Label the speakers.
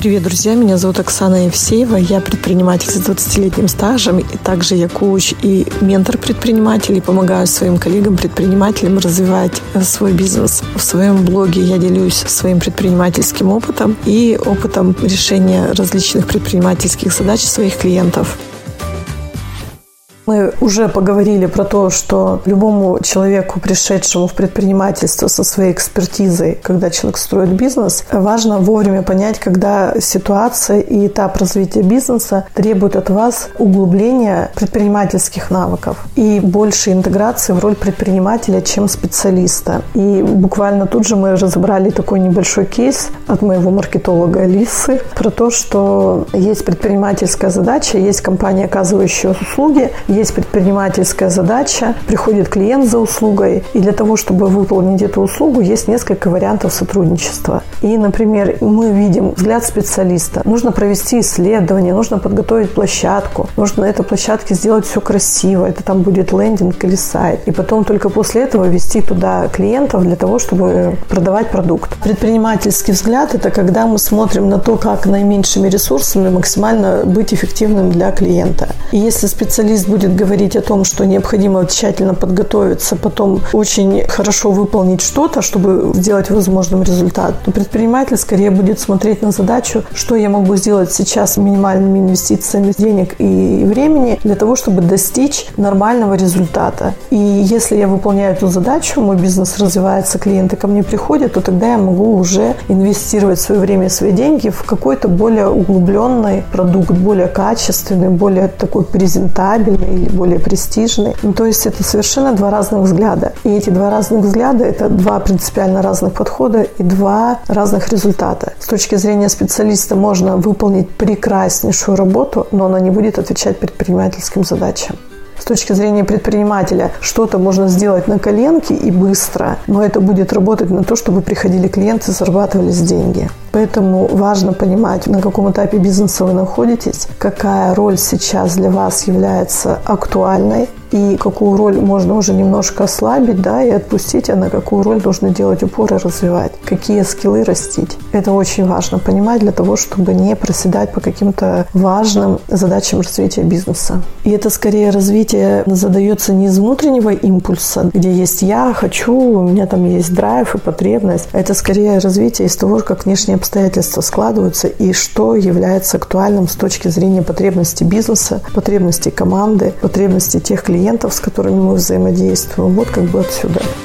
Speaker 1: Привет, друзья! Меня зовут Оксана Евсеева. Я предприниматель с 20-летним стажем. И также я коуч и ментор предпринимателей. Помогаю своим коллегам-предпринимателям развивать свой бизнес. В своем блоге я делюсь своим предпринимательским опытом и опытом решения различных предпринимательских задач своих клиентов. Мы уже поговорили про то, что любому человеку, пришедшему в предпринимательство со своей экспертизой, когда человек строит бизнес, важно вовремя понять, когда ситуация и этап развития бизнеса требует от вас углубления предпринимательских навыков и большей интеграции в роль предпринимателя, чем специалиста. И буквально тут же мы разобрали такой небольшой кейс от моего маркетолога Алисы про то, что есть предпринимательская задача, есть компания, оказывающая услуги, есть предпринимательская задача, приходит клиент за услугой, и для того, чтобы выполнить эту услугу, есть несколько вариантов сотрудничества. И, например, мы видим взгляд специалиста. Нужно провести исследование, нужно подготовить площадку, нужно на этой площадке сделать все красиво, это там будет лендинг или сайт. И потом только после этого вести туда клиентов для того, чтобы продавать продукт. Предпринимательский взгляд – это когда мы смотрим на то, как наименьшими ресурсами максимально быть эффективным для клиента. И если специалист будет говорить о том, что необходимо тщательно подготовиться, потом очень хорошо выполнить что-то, чтобы сделать возможным результат, то предприниматель скорее будет смотреть на задачу, что я могу сделать сейчас с минимальными инвестициями денег и времени для того, чтобы достичь нормального результата. И если я выполняю эту задачу, мой бизнес развивается, клиенты ко мне приходят, то тогда я могу уже инвестировать свое время и свои деньги в какой-то более углубленный продукт, более качественный, более такой презентабельный, более престижный. То есть это совершенно два разных взгляда. И эти два разных взгляда – это два принципиально разных подхода и два разных результата. С точки зрения специалиста можно выполнить прекраснейшую работу, но она не будет отвечать предпринимательским задачам. С точки зрения предпринимателя что-то можно сделать на коленке и быстро, но это будет работать на то, чтобы приходили клиенты и зарабатывались деньги. Поэтому важно понимать, на каком этапе бизнеса вы находитесь, какая роль сейчас для вас является актуальной, и какую роль можно уже немножко ослабить, и отпустить, а на какую роль нужно делать упор и развивать, какие скиллы растить. Это очень важно понимать для того, чтобы не проседать по каким-то важным задачам развития бизнеса. И это скорее развитие задается не из внутреннего импульса, где есть я, хочу, у меня там есть драйв и потребность. Это скорее развитие из того, как внешние обстоятельства складываются и что является актуальным с точки зрения потребностей бизнеса, потребностей команды, потребностей тех клиентов, с которыми мы взаимодействуем. Вот как бы отсюда.